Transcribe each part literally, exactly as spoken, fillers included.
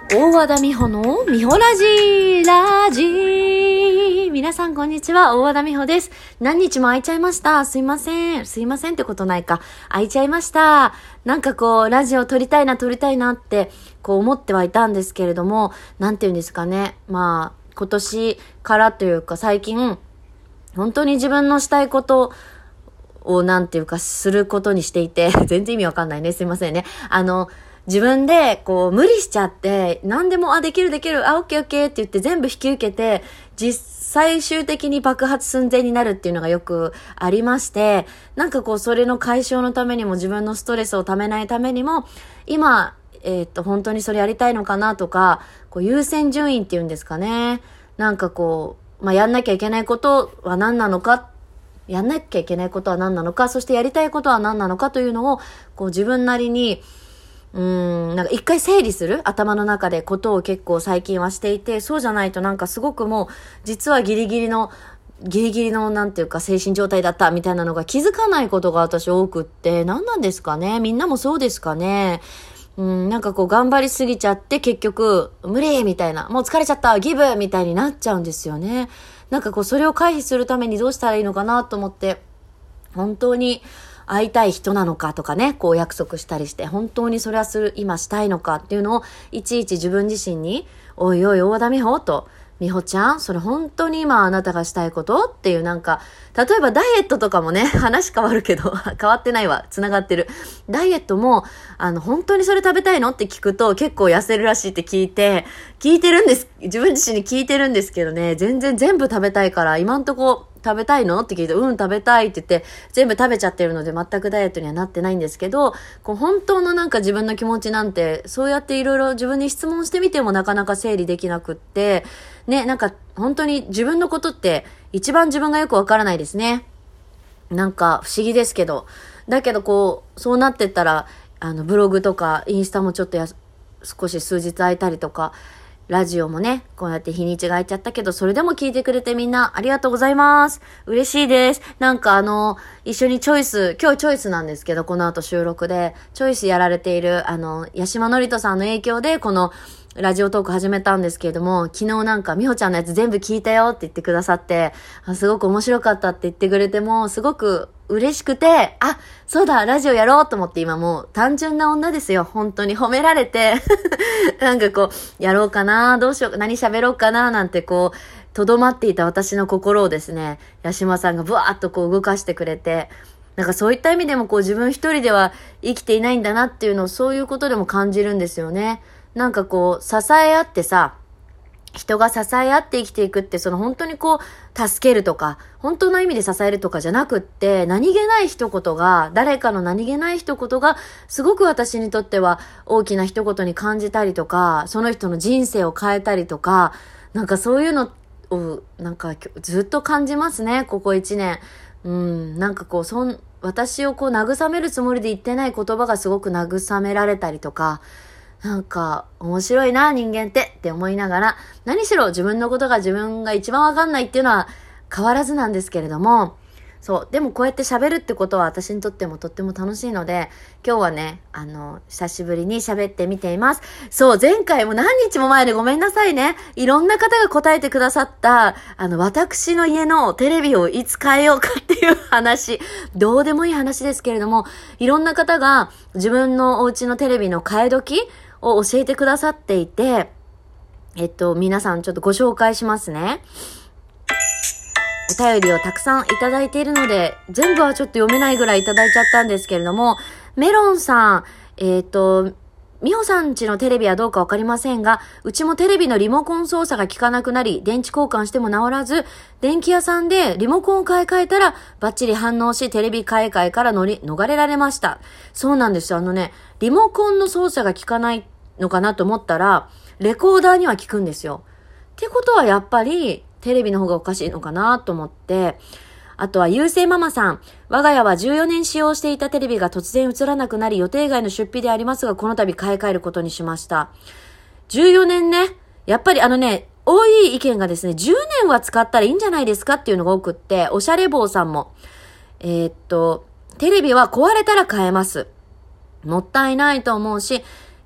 大和田美穂の美穂ラジラジ皆さんこんにちは、大和田美穂です。何日も空いちゃいました。すいません。すいませんってことないか。空いちゃいました。なんかこう、ラジオ撮りたいな、撮りたいなって、こう思ってはいたんですけれども、なんて言うんですかね。まあ、今年からというか最近、本当に自分のしたいことをなんていうかすることにしていて、全然意味わかんないね。すいませんね。あの、自分でこう無理しちゃって何でもあできるできるあオッケーオッケーって言って全部引き受けて実最終的に爆発寸前になるっていうのがよくありまして、なんかこうそれの解消のためにも自分のストレスをためないためにも今えー、っと本当にそれやりたいのかなとか、こう優先順位っていうんですかね、なんかこうまあやんなきゃいけないことは何なのか、やんなきゃいけないことは何なのか、そしてやりたいことは何なのかというのをこう自分なりにうーん、なんか一回整理する頭の中でことを結構最近はしていて、そうじゃないとなんかすごくもう実はギリギリのギリギリのなんていうか精神状態だったみたいなのが気づかないことが私多くって、何なんですかね、みんなもそうですかね。うん、なんかこう頑張りすぎちゃって結局無理みたいな、もう疲れちゃったギブみたいになっちゃうんですよね。なんかこうそれを回避するためにどうしたらいいのかなと思って、本当に会いたい人なのかとかね、こう約束したりして、本当にそれはする、今したいのかっていうのを、いちいち自分自身に、おいおい、大和田美穂と、美穂ちゃん、それ本当に今あなたがしたいことっていう、なんか、例えばダイエットとかもね、話変わるけど、変わってないわ、つながってる。ダイエットも、あの、本当にそれ食べたいのって聞くと、結構痩せるらしいって聞いて、聞いてるんです、自分自身に聞いてるんですけどね、全然全部食べたいから、今んとこ、食べたいのって聞いて、うん食べたいって言って全部食べちゃってるので全くダイエットにはなってないんですけど、こう本当のなんか自分の気持ちなんてそうやっていろいろ自分に質問してみてもなかなか整理できなくってね、なんか本当に自分のことって一番自分がよくわからないですね。なんか不思議ですけど、だけどこうそうなってったらあのブログとかインスタもちょっとや少し数日空いたりとか、ラジオもね、こうやって日にちが空いちゃったけど、それでも聞いてくれてみんなありがとうございます。嬉しいです。なんかあの、一緒にチョイス、今日チョイスなんですけど、この後収録で、チョイスやられている、あの、八島のりとさんの影響で、この、ラジオトーク始めたんですけれども、昨日なんか美穂ちゃんのやつ全部聞いたよって言ってくださって、あすごく面白かったって言ってくれても、すごく嬉しくて、あ、そうだ、ラジオやろうと思って今もう単純な女ですよ。本当に褒められて、なんかこう、やろうかな、どうしようか、何喋ろうかな、なんてこう、とどまっていた私の心をですね、八島さんがブワーッとこう動かしてくれて、なんかそういった意味でもこう自分一人では生きていないんだなっていうのをそういうことでも感じるんですよね。なんかこう支え合ってさ、人が支え合って生きていくって、その本当にこう助けるとか本当の意味で支えるとかじゃなくって、何気ない一言が、誰かの何気ない一言がすごく私にとっては大きな一言に感じたりとか、その人の人生を変えたりとか、なんかそういうのをなんかずっと感じますね、ここ一年。うん、なんかこうそん私をこう慰めるつもりで言ってない言葉がすごく慰められたりとか、なんか面白いな人間ってって思いながら、何しろ自分のことが自分が一番わかんないっていうのは変わらずなんですけれども、そうでもこうやって喋るってことは私にとってもとっても楽しいので、今日はねあの久しぶりに喋ってみています。そう前回も何日も前でごめんなさいね、いろんな方が答えてくださったあの私の家のテレビをいつ変えようかっていう話、どうでもいい話ですけれども、いろんな方が自分のお家のテレビの替え時を教えてくださっていて、えっと皆さんちょっとご紹介しますね。お便りをたくさんいただいているので、全部はちょっと読めないぐらいいただいちゃったんですけれども、メロンさん、えっと美穂さん家のテレビはどうかわかりませんが、うちもテレビのリモコン操作が効かなくなり、電池交換しても治らず、電気屋さんでリモコンを買い替えたらバッチリ反応し、テレビ買い替えからのり逃れられました。そうなんですよ。あのね、リモコンの操作が効かないのかなと思ったら、レコーダーには効くんですよ。ってことはやっぱりテレビの方がおかしいのかなと思って、あとは優勢ママさん、我が家はじゅうよねん使用していたテレビが突然映らなくなり、予定外の出費でありますが、この度買い替えることにしました。じゅうよねんね、やっぱりあのね、多い意見がですね、じゅうねんは使ったらいいんじゃないですかっていうのが多くって、おしゃれ坊さんも、えー、っと、テレビは壊れたら買えます。もったいないと思うし、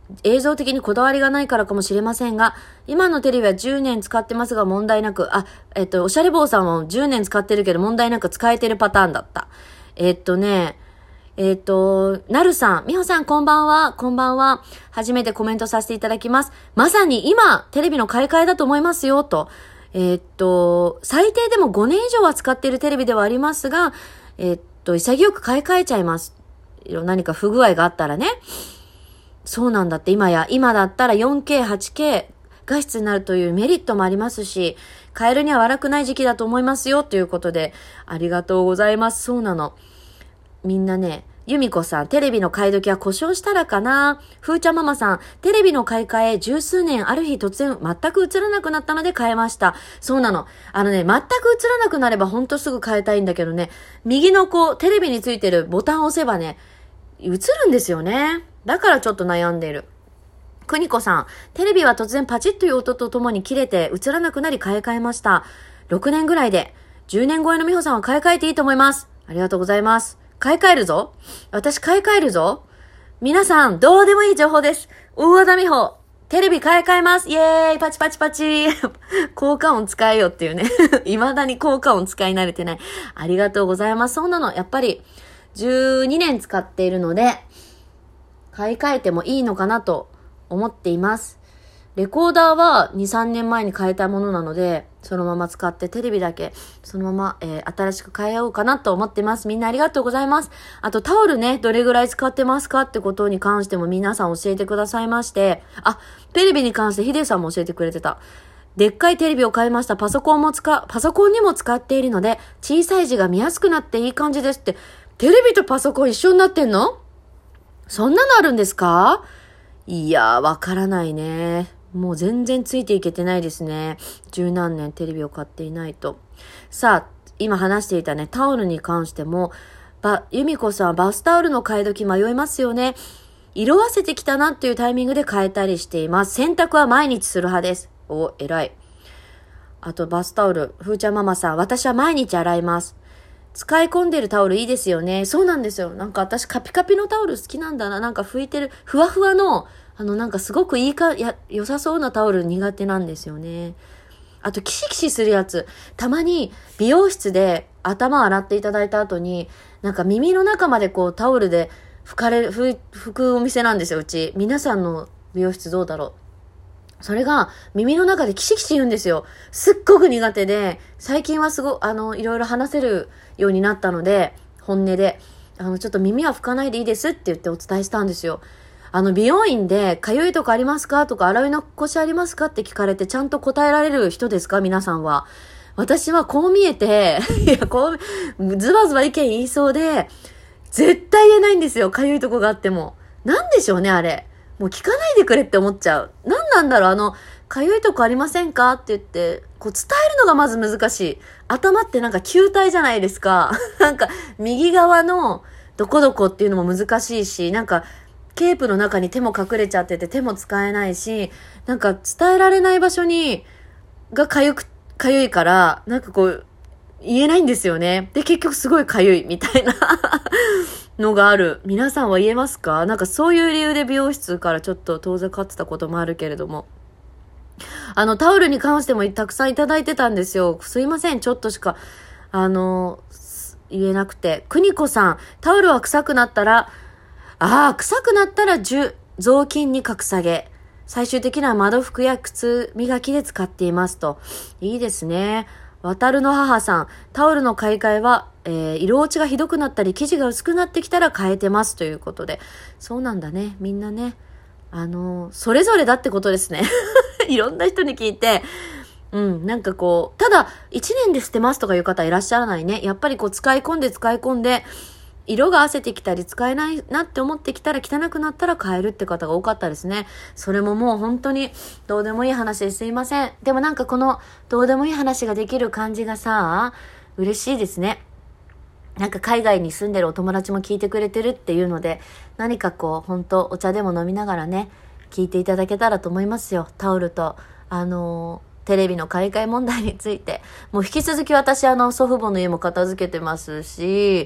映像的にこだわりがないからかもしれませんが、今のテレビはじゅうねん使ってますが問題なく、あ、えっと、おしゃれ坊さんもじゅうねん使ってるけど問題なく使えてるパターンだった。えっとね、えっと、なるさん、みほさんこんばんは、こんばんは。初めてコメントさせていただきます。まさに今、テレビの買い替えだと思いますよ、と。えっと、最低でもごねん以上は使っているテレビではありますが、えっと、潔く買い替えちゃいます。何か不具合があったらね。そうなんだって、今や、今だったら よんケー、はちケー 画質になるというメリットもありますし、変えるには悪くない時期だと思いますよ、ということで、ありがとうございます。そうなの。みんなね、ゆみこさん、テレビの買い時は故障したらかな。ふーちゃんママさん、テレビの買い替え、十数年ある日突然全く映らなくなったので変えました。そうなの。あのね、全く映らなくなればほんとすぐ変えたいんだけどね、右のこう、テレビについてるボタンを押せばね、映るんですよね。だからちょっと悩んでいる。くにこさん、テレビは突然パチッという音とともに切れて映らなくなり買い替えました。ろくねんぐらいで、じゅうねん超えのみほさんは買い替えていいと思います。ありがとうございます。買い替えるぞ。私買い替えるぞ。皆さん、どうでもいい情報です。大和田美穂、テレビ買い替えます。イエーイ、パチパチパチ。効果音使えよっていうね。未だに効果音使い慣れてない。ありがとうございます。そうなの。やっぱり、じゅうにねん使っているので、買い替えてもいいのかなと思っています。レコーダーはに、さんねんまえに変えたものなので、そのまま使ってテレビだけそのまま、えー、新しく変えようかなと思ってます。みんなありがとうございます。あとタオルね、どれぐらい使ってますかってことに関しても皆さん教えてくださいまして、あ、テレビに関してヒデさんも教えてくれてた。でっかいテレビを買いました。パソコンも使、パソコンにも使っているので、小さい字が見やすくなっていい感じですって。テレビとパソコン一緒になってんの？そんなのあるんですか？いやー、わからないね。もう全然ついていけてないですね。十何年テレビを買っていないと。さあ、今話していたね、タオルに関しても、ば、由美子さんはバスタオルの買い時迷いますよね。色あせてきたなっていうタイミングで変えたりしています。洗濯は毎日する派です。お、偉い。あとバスタオル、ふーちゃんママさん、私は毎日洗います。使い込んでるタオルいいですよね。そうなんですよ。なんか私カピカピのタオル好きなんだな。なんか拭いてる、ふわふわの、あのなんかすごくいいか、や、良さそうなタオル苦手なんですよね。あとキシキシするやつ。たまに美容室で頭洗っていただいた後に、なんか耳の中までこうタオルで拭かれる、拭、拭くお店なんですよ、うち。皆さんの美容室どうだろう。それが耳の中でキシキシ言うんですよ。すっごく苦手で、最近はすご、あの、いろいろ話せるようになったので、本音で、あの、ちょっと耳は拭かないでいいですって言ってお伝えしたんですよ。あの、美容院で、かゆいとこありますかとか、洗い残しありますかって聞かれて、ちゃんと答えられる人ですか皆さんは。私はこう見えて、いや、こう、ズバズバ意見言いそうで、絶対言えないんですよ。かゆいとこがあっても。なんでしょうね、あれ。もう聞かないでくれって思っちゃう。なんなんだろう、あの、かゆいとこありませんかって言って、こう伝えるのがまず難しい。頭ってなんか球体じゃないですか。なんか、右側のどこどこっていうのも難しいし、なんか、ケープの中に手も隠れちゃってて手も使えないし、なんか伝えられない場所に、がかゆく、かゆいから、なんかこう、言えないんですよね。で、結局すごいかゆいみたいなのがある。皆さんは言えますか？なんかそういう理由で美容室からちょっと遠ざかってたこともあるけれども。あの、タオルに関してもたくさんいただいてたんですよ。すいません、ちょっとしか、あの、言えなくて。くにこさん、タオルは臭くなったら、ああ、臭くなったら雑巾に格下げ。最終的には窓拭や靴磨きで使っていますと。いいですね。渡るの母さん、タオルの買い替えは、えー、色落ちがひどくなったり、生地が薄くなってきたら変えてますということで。そうなんだね。みんなね。あのー、それぞれだってことですね。いろんな人に聞いて、うん、なんかこう、ただ、一年で捨てますとかいう方いらっしゃらないね。やっぱりこう、使い込んで使い込んで、色が褪せてきたり使えないなって思ってきたら汚くなったら変えるって方が多かったですね。それももう本当にどうでもいい話ですいません。でもなんかこのどうでもいい話ができる感じがさ、嬉しいですね。なんか海外に住んでるお友達も聞いてくれてるっていうので、何かこう本当お茶でも飲みながらね、聞いていただけたらと思いますよ。タオルと、あのー、テレビの買い替え問題について。もう引き続き私あの祖父母の家も片付けてますし、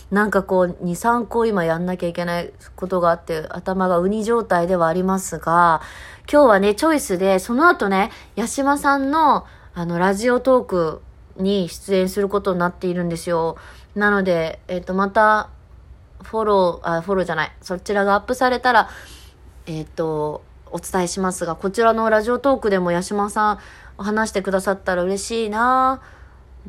なんかこう、に、さんこ今やんなきゃいけないことがあって、頭がウニ状態ではありますが、今日はね、チョイスで、その後ね、八島さんの、あの、ラジオトークに出演することになっているんですよ。なので、えっと、また、フォロー、あ、フォローじゃない、そちらがアップされたら、えっと、お伝えしますが、こちらのラジオトークでも八島さん話してくださったら嬉しいな。うん、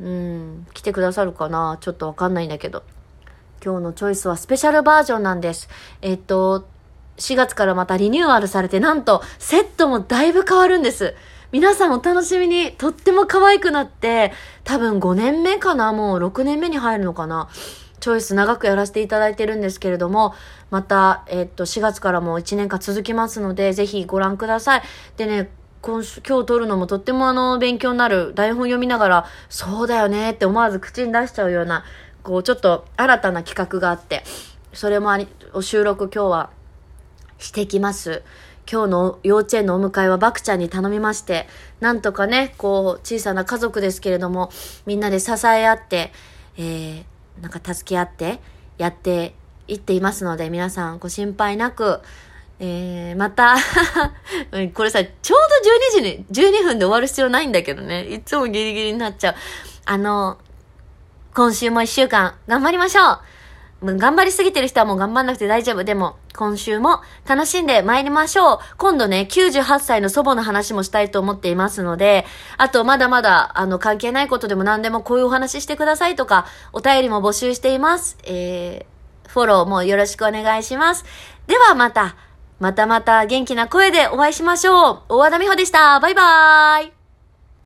来てくださるかな、ちょっとわかんないんだけど。今日のチョイスはスペシャルバージョンなんです。えっと、しがつからまたリニューアルされて、なんとセットもだいぶ変わるんです。皆さんお楽しみに。とっても可愛くなって、多分ごねんめかな、もうろくねんめに入るのかな。チョイス長くやらせていただいてるんですけれども、また、えっと、しがつからもいちねんかん続きますので、ぜひご覧ください。でね、今週、今日撮るのもとってもあの、勉強になる。台本読みながら、そうだよねって思わず口に出しちゃうような、こう、ちょっと新たな企画があって、それもあり、収録今日はしてきます。今日の幼稚園のお迎えはバクちゃんに頼みまして、なんとかね、こう、小さな家族ですけれども、みんなで支え合って、えー、なんか助け合ってやっていっていますので、皆さんご心配なく、えー、またこれさ、ちょうどじゅうにじにじゅうにふんで終わる必要ないんだけどね、いつもギリギリになっちゃう。あの今週も一週間頑張りましょう。頑張りすぎてる人はもう頑張んなくて大丈夫。でも今週も楽しんで参りましょう。今度ね、きゅうじゅうはっさいの祖母の話もしたいと思っていますので、あとまだまだあの関係ないことでも何でもこういうお話してくださいとか、お便りも募集しています。えー、フォローもよろしくお願いします。ではまた、またまた元気な声でお会いしましょう。大和田美穂でした。バイバーイ。